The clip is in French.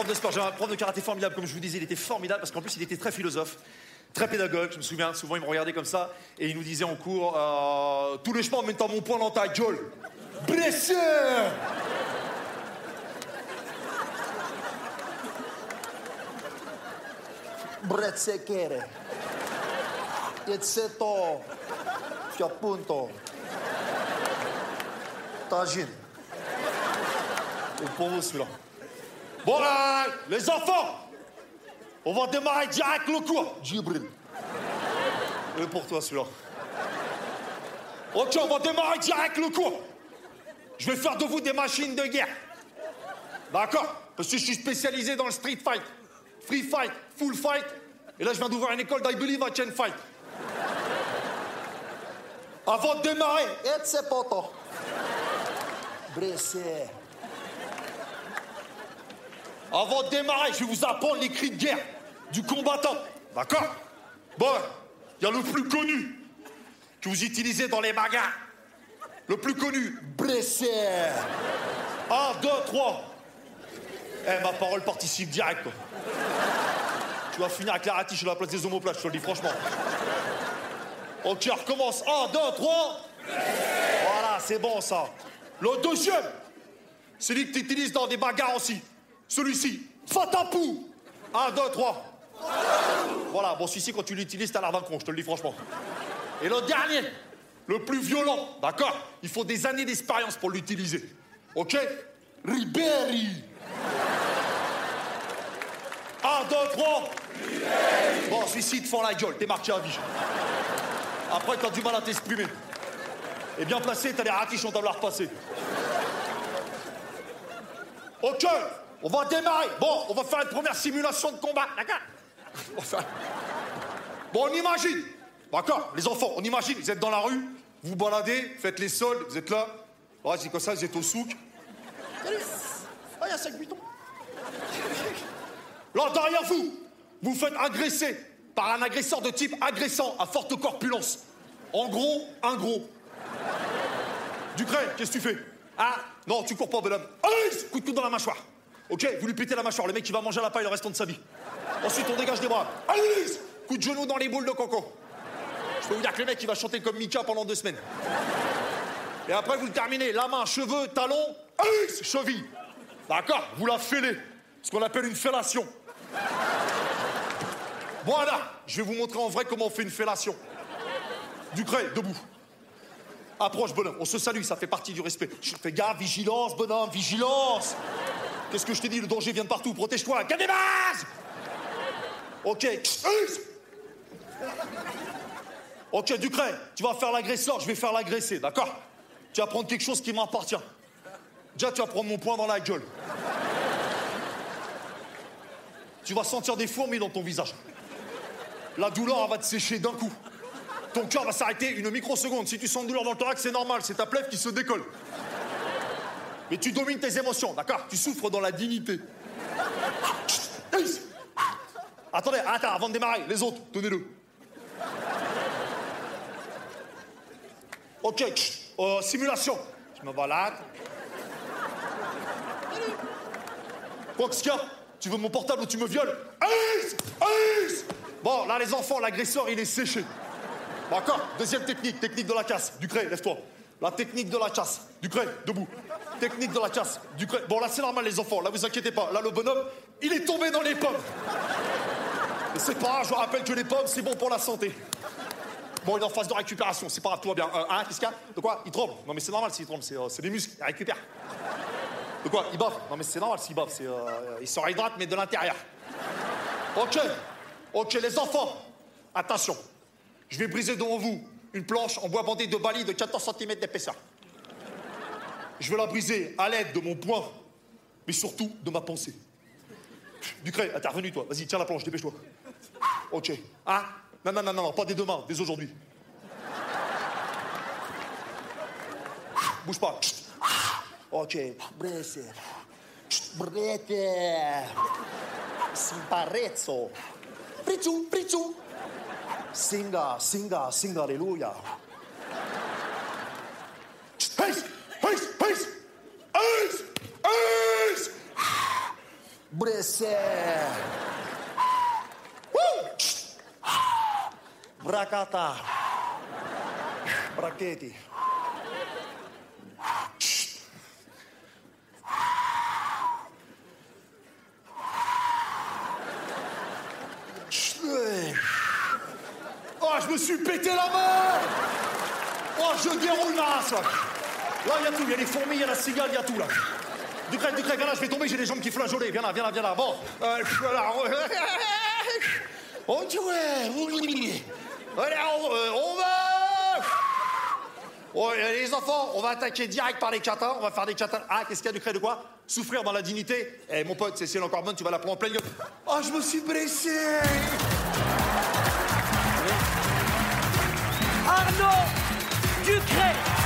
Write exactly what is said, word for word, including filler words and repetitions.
prof de sport, j'ai un prof de karaté formidable, comme je vous disais, il était formidable parce qu'en plus, il était très philosophe, très pédagogue. Je me souviens, souvent, il me regardait comme ça et il nous disait en cours euh, tous les chemins en mettant mon poing dans ta gueule. Blessé! Brezzechere. Pezzetto. Fiappunto. Tagine. Et pour vous, celui-là. Bon, là, les enfants, on va démarrer direct le cours. Djibril. Et pour toi, celui-là. Ok, on va démarrer direct le cours. Je vais faire de vous des machines de guerre. D'accord? Parce que je suis spécialisé dans le street fight. Free fight, full fight. Et là, je viens d'ouvrir une école d'I Believe I Can Fight. Avant de démarrer. Pezzetto. Bresse. Avant de démarrer, je vais vous apprendre les cris de guerre du combattant. D'accord? Bon, il y a le plus connu que vous utilisez dans les bagarres. Le plus connu. Bresse. Un, deux, trois. Eh, ma parole participe direct, quoi. Tu vas finir avec la ratiche à la place des omoplates, je te le dis franchement. Ok, recommence. Un, deux, trois. Voilà, c'est bon, ça. Le deuxième, c'est celui que tu utilises dans des bagarres aussi. Celui-ci. Fatapou. Un, deux, trois. Voilà, bon, celui-ci, quand tu l'utilises, t'as l'air d'un con, je te le dis franchement. Et le dernier, le plus violent, d'accord? Il faut des années d'expérience pour l'utiliser. Ok? Ribéry. Un, deux, trois. Ribéry. Bon, celui-ci, te fend la gueule, t'es marqué à vie. Après, t'as du mal à t'exprimer. Et bien placé, t'as les ratiches, on doit la repasser. Ok, on va démarrer. Bon, on va faire une première simulation de combat, d'accord? Bon, on imagine. D'accord, les enfants, on imagine, vous êtes dans la rue, vous vous baladez, faites les soldes, vous êtes là. Ouais, c'est comme ça, vous êtes au souk. Ah, il y a cinq butons. Là, derrière vous, vous faites agresser par un agresseur de type agressant à forte corpulence. En gros, un gros. Ducret, qu'est-ce que tu fais? Ah, non, tu cours pas, bonhomme. Allez, coup de coude dans la mâchoire. Ok, vous lui pétez la mâchoire, le mec il va manger à la paille le restant de sa vie. Ensuite, on dégage des bras. Allez, coup de genou dans les boules de coco. Je peux vous dire que le mec il va chanter comme Mika pendant deux semaines. Et après, vous le terminez, la main, cheveux, talons, allez, cheville. D'accord, vous la fêlez. Ce qu'on appelle une fellation. Voilà, je vais vous montrer en vrai comment on fait une fellation. Ducret, debout. Approche, bonhomme, on se salue, ça fait partie du respect. Fais gaffe, vigilance, bonhomme, vigilance. Qu'est-ce que je t'ai dit, le danger vient de partout, protège-toi, garde des bases. Ok. Ok, Ducret, tu vas faire l'agresseur, je vais faire l'agressé, d'accord? Tu vas prendre quelque chose qui m'appartient. Déjà, tu vas prendre mon poing dans la gueule. Tu vas sentir des fourmis dans ton visage. La douleur, elle va te sécher d'un coup. Ton cœur va s'arrêter une microseconde. Si tu sens une douleur dans le thorax, c'est normal, c'est ta plèvre qui se décolle. Mais tu domines tes émotions, d'accord? Tu souffres dans la dignité. Attendez, attends, avant de démarrer, les autres, tenez-le. Ok, euh, simulation. Je me balade. Quoi qu'est-ce qu'il y a? Tu veux mon portable ou tu me violes? Alice! Alice! Bon, là, les enfants, l'agresseur, il est séché. D'accord? Deuxième technique, technique de la casse. Ducret, lève-toi. La technique de la casse. Ducret, debout. Technique de la casse. Ducret. Bon, là, c'est normal, les enfants. Là, vous inquiétez pas. Là, le bonhomme, il est tombé dans les pommes. Et c'est pas grave, je vous rappelle que les pommes, c'est bon pour la santé. Bon, il est en phase de récupération. C'est pas grave, tout va bien. Euh, hein, qu'est-ce qu'il y a? De quoi? Il tremble. Non, mais c'est normal s'il tremble. C'est euh, des muscles. Il récupère. De quoi? Il bave. Non, mais c'est normal s'il bave. C'est, euh, il se réhydrate, mais de l'intérieur. Ok. Ok, les enfants. Attention. Je vais briser devant vous une planche en bois bandé de Bali de quatorze centimètres d'épaisseur. Je vais la briser à l'aide de mon poing, mais surtout de ma pensée. Ducret, intervenu, toi. Vas-y, tiens la planche, dépêche-toi. Ok. Ah? Non, non, non, non, pas des demain, dès aujourd'hui. Bouge pas. Ok. Bresse. Brette. Simparezzo. Fricciu, fricciu. Singa, singa, singa, alléluia. Ace, ace, ace, ace, ace. Blessé. Bracata. Brachetti. Oh, je me suis pété la main. Oh, je déroule là, ça. Là, il y a tout. Il y a les fourmis, il y a la cigale, il y a tout, là. Ducret, Ducret, viens là, je vais tomber, j'ai les jambes qui flageolent. Viens là, viens là, viens là. Bon. Euh, voilà. On dit, ouais. Allez, on, euh, on va. Oh, les enfants, on va attaquer direct par les katas. On va faire des katas. Ah, qu'est-ce qu'il y a, Ducret, de quoi? Souffrir dans la dignité. Eh, mon pote, c'est si elle est encore bonne, tu vas la prendre en pleine gueule. Oh, je me suis blessé. Arnaud Ducret.